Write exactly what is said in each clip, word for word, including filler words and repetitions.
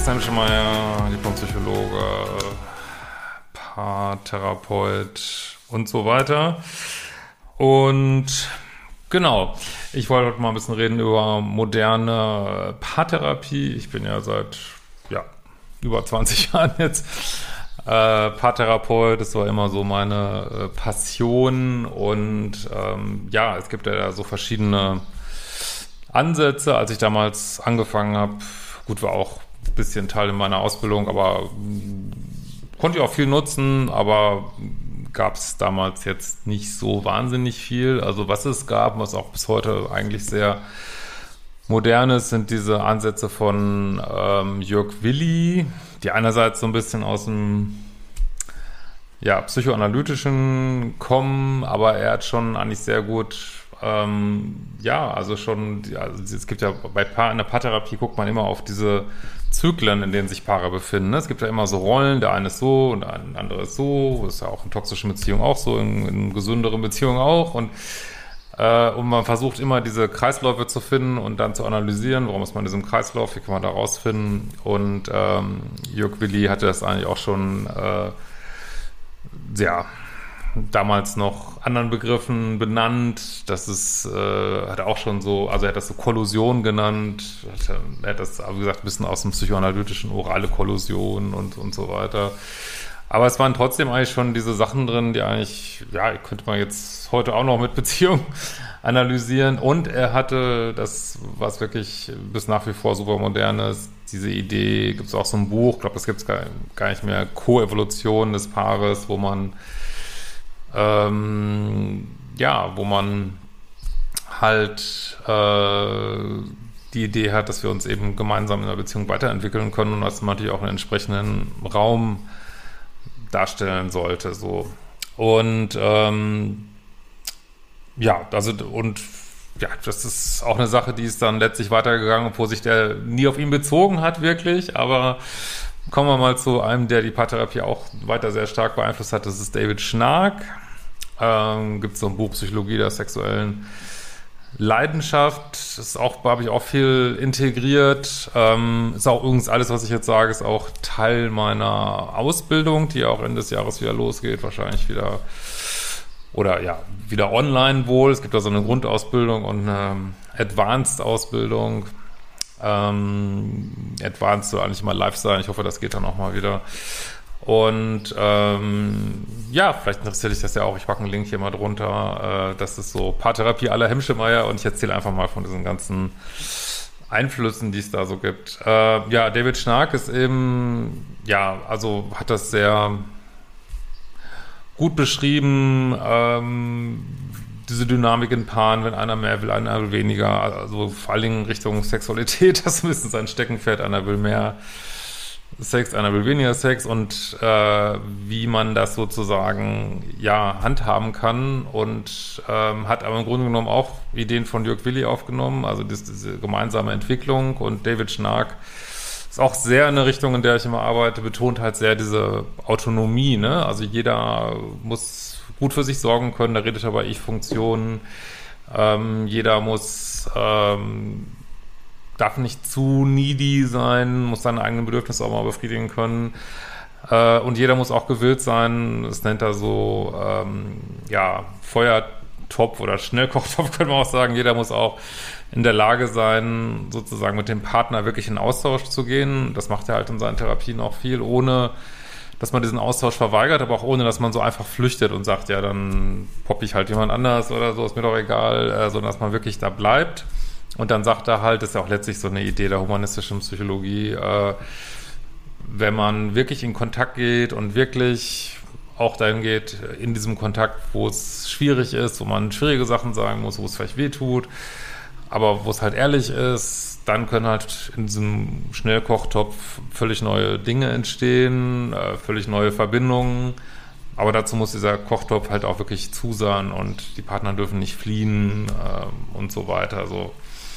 Christian Schemeier, Diplompsychologe, Paartherapeut und so weiter. Und genau, ich wollte heute mal ein bisschen reden über moderne Paartherapie. Ich bin ja seit ja, über zwanzig Jahren jetzt äh, Paartherapeut. Das war immer so meine äh, Passion. Und ähm, ja, es gibt ja so verschiedene Ansätze. Als ich damals angefangen habe, gut, war auch ein bisschen Teil in meiner Ausbildung, aber konnte ich auch viel nutzen, aber gab es damals jetzt nicht so wahnsinnig viel. Also was es gab, was auch bis heute eigentlich sehr modern ist, sind diese Ansätze von ähm, Jörg Willi, die einerseits so ein bisschen aus dem ja, psychoanalytischen kommen, aber er hat schon eigentlich sehr gut ähm, ja, also schon, also es gibt ja bei Paar, in der Paartherapie guckt man immer auf diese Zyklen, in denen sich Paare befinden. Es gibt ja immer so Rollen, der eine ist so und der andere ist so, das ist ja auch in toxischen Beziehungen auch so, in, in gesünderen Beziehungen auch und, äh, und man versucht immer diese Kreisläufe zu finden und dann zu analysieren, warum ist man in diesem Kreislauf, wie kann man da rausfinden und ähm, Jörg Willi hatte das eigentlich auch schon äh, ja, damals noch anderen Begriffen benannt. Das ist, äh, hat er auch schon so, also er hat das so Kollusion genannt. Hat, er hat das, wie gesagt, ein bisschen aus dem psychoanalytischen, orale Kollusion und, und so weiter. Aber es waren trotzdem eigentlich schon diese Sachen drin, die eigentlich, ja, könnte man jetzt heute auch noch mit Beziehung analysieren. Und er hatte das, was wirklich bis nach wie vor super modern ist, diese Idee, gibt es auch so ein Buch, ich glaube, das gibt es gar, gar nicht mehr, Koevolution des Paares, wo man Ähm, ja, wo man halt äh, die Idee hat, dass wir uns eben gemeinsam in einer Beziehung weiterentwickeln können und das natürlich auch einen entsprechenden Raum darstellen sollte. So. Und ähm, ja, also und ja, das ist auch eine Sache, die ist dann letztlich weitergegangen, obwohl sich der nie auf ihn bezogen hat, wirklich, aber kommen wir mal zu einem, der die Paartherapie auch weiter sehr stark beeinflusst hat, das ist David Schnark. Ähm, gibt es so ein Buch Psychologie der sexuellen Leidenschaft. Das ist auch, habe ich auch viel integriert. Ähm, ist auch übrigens alles, was ich jetzt sage, ist auch Teil meiner Ausbildung, die auch Ende des Jahres wieder losgeht, wahrscheinlich wieder oder ja, wieder online wohl. Es gibt da so eine Grundausbildung und eine Advanced-Ausbildung. Ähm, Advanced soll eigentlich mal live sein. Ich hoffe, das geht dann auch mal wieder. Und ähm, ja, vielleicht interessiert dich das ja auch. Ich packe einen Link hier mal drunter. Äh, das ist so Paartherapie à la Hemschemeyer und ich erzähle einfach mal von diesen ganzen Einflüssen, die es da so gibt. Äh, ja, David Schnark ist eben, ja, also hat das sehr gut beschrieben, ähm, diese Dynamik in Paaren, wenn einer mehr will, einer will weniger, also vor allen Dingen Richtung Sexualität, das ist ein bisschen sein Steckenpferd, einer will mehr Sex, einer will weniger Sex und äh, wie man das sozusagen ja handhaben kann und ähm, hat aber im Grunde genommen auch Ideen von Jörg Willi aufgenommen, also das, diese gemeinsame Entwicklung und David Schnark ist auch sehr in eine Richtung, in der ich immer arbeite, betont halt sehr diese Autonomie, ne? Also jeder muss gut für sich sorgen können, da redet er bei Ich-Funktionen, ähm, jeder muss ähm, darf nicht zu needy sein, muss seine eigenen Bedürfnisse auch mal befriedigen können. Äh, und jeder muss auch gewillt sein, das nennt er so, ähm, ja, Feuertopf oder Schnellkochtopf, könnte man auch sagen. Jeder muss auch in der Lage sein, sozusagen mit dem Partner wirklich in Austausch zu gehen. Das macht er halt in seinen Therapien auch viel, ohne dass man diesen Austausch verweigert, aber auch ohne, dass man so einfach flüchtet und sagt, ja, dann popp ich halt jemand anders oder so, ist mir doch egal, äh, sondern dass man wirklich da bleibt. Und dann sagt er halt, das ist ja auch letztlich so eine Idee der humanistischen Psychologie, äh, wenn man wirklich in Kontakt geht und wirklich auch dahin geht, in diesem Kontakt, wo es schwierig ist, wo man schwierige Sachen sagen muss, wo es vielleicht weh tut, aber wo es halt ehrlich ist, dann können halt in diesem Schnellkochtopf völlig neue Dinge entstehen, äh, völlig neue Verbindungen. Aber dazu muss dieser Kochtopf halt auch wirklich zu sein und die Partner dürfen nicht fliehen äh, und so weiter. So.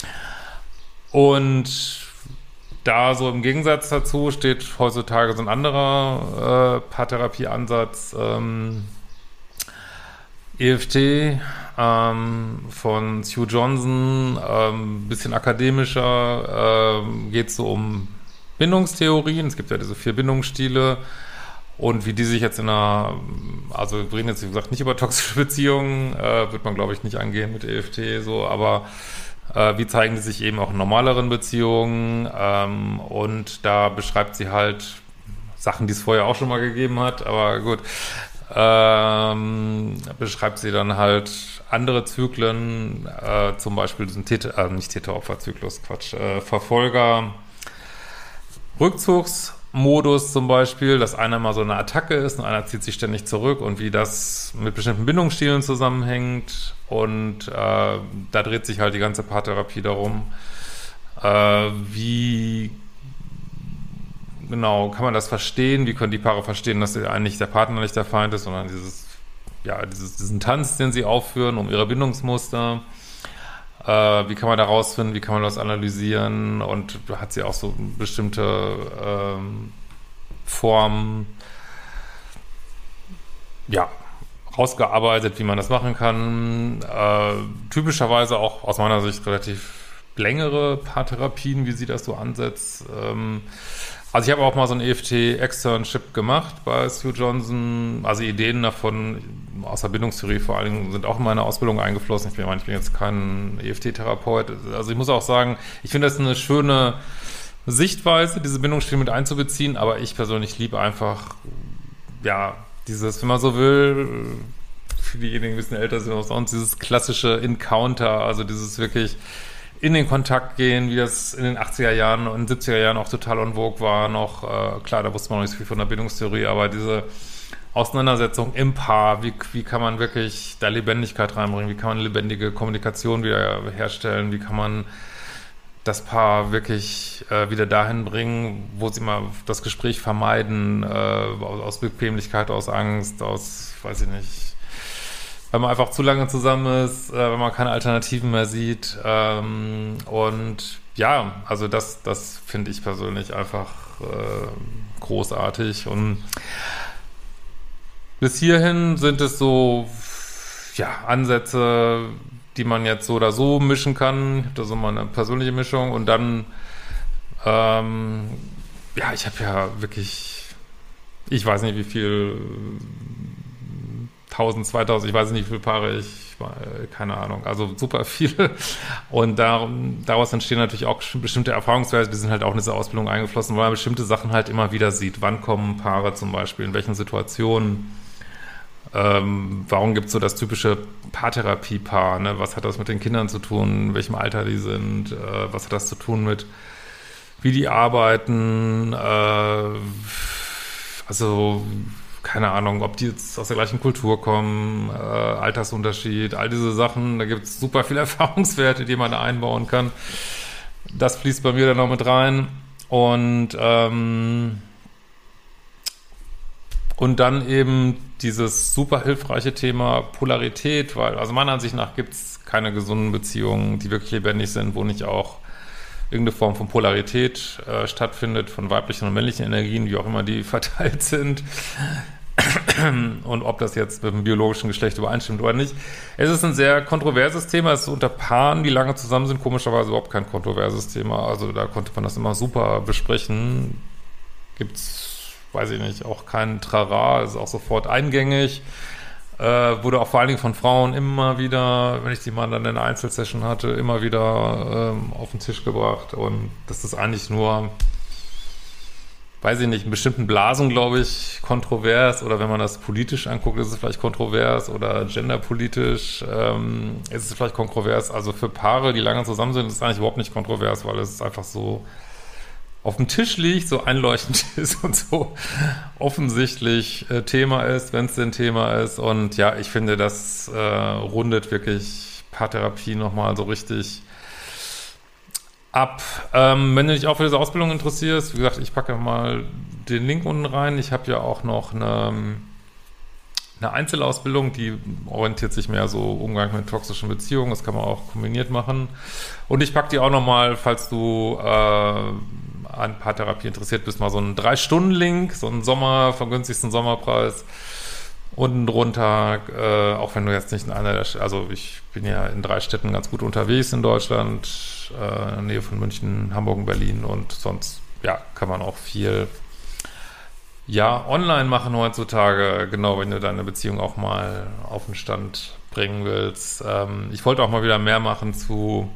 Und da so im Gegensatz dazu steht heutzutage so ein anderer äh, Paartherapieansatz, ähm, E F T ähm, von Sue Johnson, ähm, bisschen akademischer, ähm, geht so um Bindungstheorien. Es gibt ja diese vier Bindungsstile. Und wie die sich jetzt in einer, also wir reden jetzt, wie gesagt, nicht über toxische Beziehungen, äh, wird man, glaube ich, nicht angehen mit E F T, so, aber äh, wie zeigen die sich eben auch in normaleren Beziehungen? Ähm, und da beschreibt sie halt Sachen, die es vorher auch schon mal gegeben hat, aber gut, ähm, beschreibt sie dann halt andere Zyklen, äh, zum Beispiel diesen Täter, äh, nicht Täter-Opfer-Zyklus, Quatsch, äh, Verfolger, Rückzugs- Modus zum Beispiel, dass einer mal so eine Attacke ist und einer zieht sich ständig zurück und wie das mit bestimmten Bindungsstilen zusammenhängt und äh, da dreht sich halt die ganze Paartherapie darum, äh, wie genau kann man das verstehen, wie können die Paare verstehen, dass eigentlich der Partner nicht der Feind ist, sondern dieses, ja, dieses, diesen Tanz, den sie aufführen, um ihre Bindungsmuster. Äh, wie kann man da rausfinden, wie kann man das analysieren und da hat sie auch so bestimmte ähm, Formen ja, rausgearbeitet, wie man das machen kann. Äh, typischerweise auch aus meiner Sicht relativ längere Paartherapien, wie sie das so ansetzt. Ähm, also ich habe auch mal so ein E F T-Externship gemacht bei Sue Johnson. Also Ideen davon aus der Bindungstheorie vor allen Dingen sind auch in meine Ausbildung eingeflossen. Ich bin, ich bin jetzt kein E F T-Therapeut. Also ich muss auch sagen, ich finde das eine schöne Sichtweise, diese Bindungsstile mit einzubeziehen. Aber ich persönlich liebe einfach, ja, dieses, wenn man so will, für diejenigen, die ein bisschen älter sind als sonst, dieses klassische Encounter, also dieses wirklich in den Kontakt gehen, wie das in den achtziger Jahren und siebziger Jahren auch total en vogue war noch. Äh, klar, da wusste man noch nicht so viel von der Bindungstheorie, aber diese Auseinandersetzung im Paar, wie, wie kann man wirklich da Lebendigkeit reinbringen, wie kann man lebendige Kommunikation wieder herstellen, wie kann man das Paar wirklich äh, wieder dahin bringen, wo sie mal das Gespräch vermeiden, äh, aus, aus Bequemlichkeit, aus Angst, aus, weiß ich nicht, weil man einfach zu lange zusammen ist, äh, wenn man keine Alternativen mehr sieht. Ähm, und ja, also das, das finde ich persönlich einfach äh, großartig. Und bis hierhin sind es so ja, Ansätze, die man jetzt so oder so mischen kann. Ich habe da so mal eine persönliche Mischung. Und dann, ähm, ja, ich habe ja wirklich, ich weiß nicht, wie viel tausend, zweitausend, ich weiß nicht, wie viele Paare ich, keine Ahnung, also super viele. Und da, daraus entstehen natürlich auch bestimmte Erfahrungswerte, die sind halt auch in diese Ausbildung eingeflossen, weil man bestimmte Sachen halt immer wieder sieht. Wann kommen Paare zum Beispiel, in welchen Situationen? Ähm, warum gibt es so das typische Paartherapie-Paar? Ne? Was hat das mit den Kindern zu tun? In welchem Alter die sind? Äh, was hat das zu tun mit, wie die arbeiten? Äh, also keine Ahnung, ob die jetzt aus der gleichen Kultur kommen, äh, Altersunterschied, all diese Sachen. Da gibt es super viele Erfahrungswerte, die man da einbauen kann. Das fließt bei mir dann noch mit rein. Und, ähm, und dann eben dieses super hilfreiche Thema Polarität, weil also meiner Ansicht nach gibt es keine gesunden Beziehungen, die wirklich lebendig sind, wo nicht auch irgendeine Form von Polarität äh, stattfindet, von weiblichen und männlichen Energien, wie auch immer die verteilt sind. Und ob das jetzt mit dem biologischen Geschlecht übereinstimmt oder nicht. Es ist ein sehr kontroverses Thema. Es ist unter Paaren, die lange zusammen sind, komischerweise überhaupt kein kontroverses Thema. Also da konnte man das immer super besprechen. Gibt's, weiß ich nicht, auch kein Trara, ist auch sofort eingängig. Äh, wurde auch vor allen Dingen von Frauen immer wieder, wenn ich die mal dann in einer Einzelsession hatte, immer wieder ähm, auf den Tisch gebracht. Und das ist eigentlich nur, weiß ich nicht, in bestimmten Blasen, glaube ich, kontrovers. Oder wenn man das politisch anguckt, ist es vielleicht kontrovers. Oder genderpolitisch ähm, ist es vielleicht kontrovers. Also für Paare, die lange zusammen sind, ist es eigentlich überhaupt nicht kontrovers, weil es einfach so auf dem Tisch liegt, so einleuchtend ist und so offensichtlich äh, Thema ist, wenn es denn Thema ist. Und ja, ich finde, das äh, rundet wirklich Paartherapie nochmal so richtig ab. Ähm, wenn du dich auch für diese Ausbildung interessierst, wie gesagt, ich packe mal den Link unten rein. Ich habe ja auch noch eine, eine Einzelausbildung, die orientiert sich mehr so Umgang mit toxischen Beziehungen. Das kann man auch kombiniert machen. Und ich packe die auch nochmal, falls du äh, an Paartherapie interessiert bist, mal so einen drei Stunden Link, so einen Sommer, vom günstigsten Sommerpreis. Unten drunter, äh, auch wenn du jetzt nicht in einer der, also ich bin ja in drei Städten ganz gut unterwegs in Deutschland, äh, in der Nähe von München, Hamburg und Berlin und sonst ja, kann man auch viel ja, online machen heutzutage, genau, wenn du deine Beziehung auch mal auf den Stand bringen willst. Ähm, ich wollte auch mal wieder mehr machen zu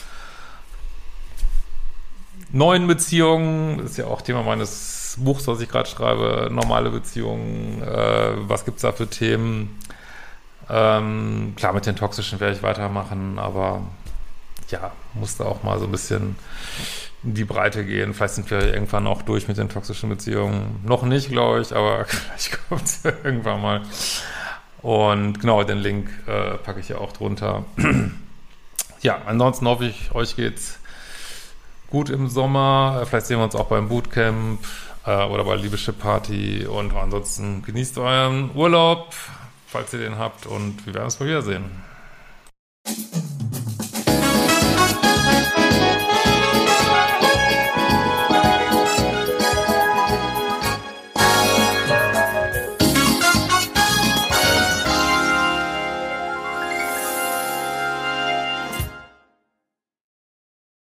neuen Beziehungen. Das ist ja auch Thema meines Buchs, was ich gerade schreibe. Normale Beziehungen. Äh, was gibt's da für Themen? Ähm, klar, mit den toxischen werde ich weitermachen, aber ja, musste auch mal so ein bisschen in die Breite gehen. Vielleicht sind wir irgendwann auch durch mit den toxischen Beziehungen. Noch nicht, glaube ich, aber vielleicht kommt es irgendwann mal. Und genau, den Link äh, packe ich ja auch drunter. Ja, ansonsten hoffe ich, euch geht's gut im Sommer. Vielleicht sehen wir uns auch beim Bootcamp äh, oder bei Liebeschip Party. Und ansonsten genießt euren Urlaub, falls ihr den habt. Und wir werden uns mal wiedersehen.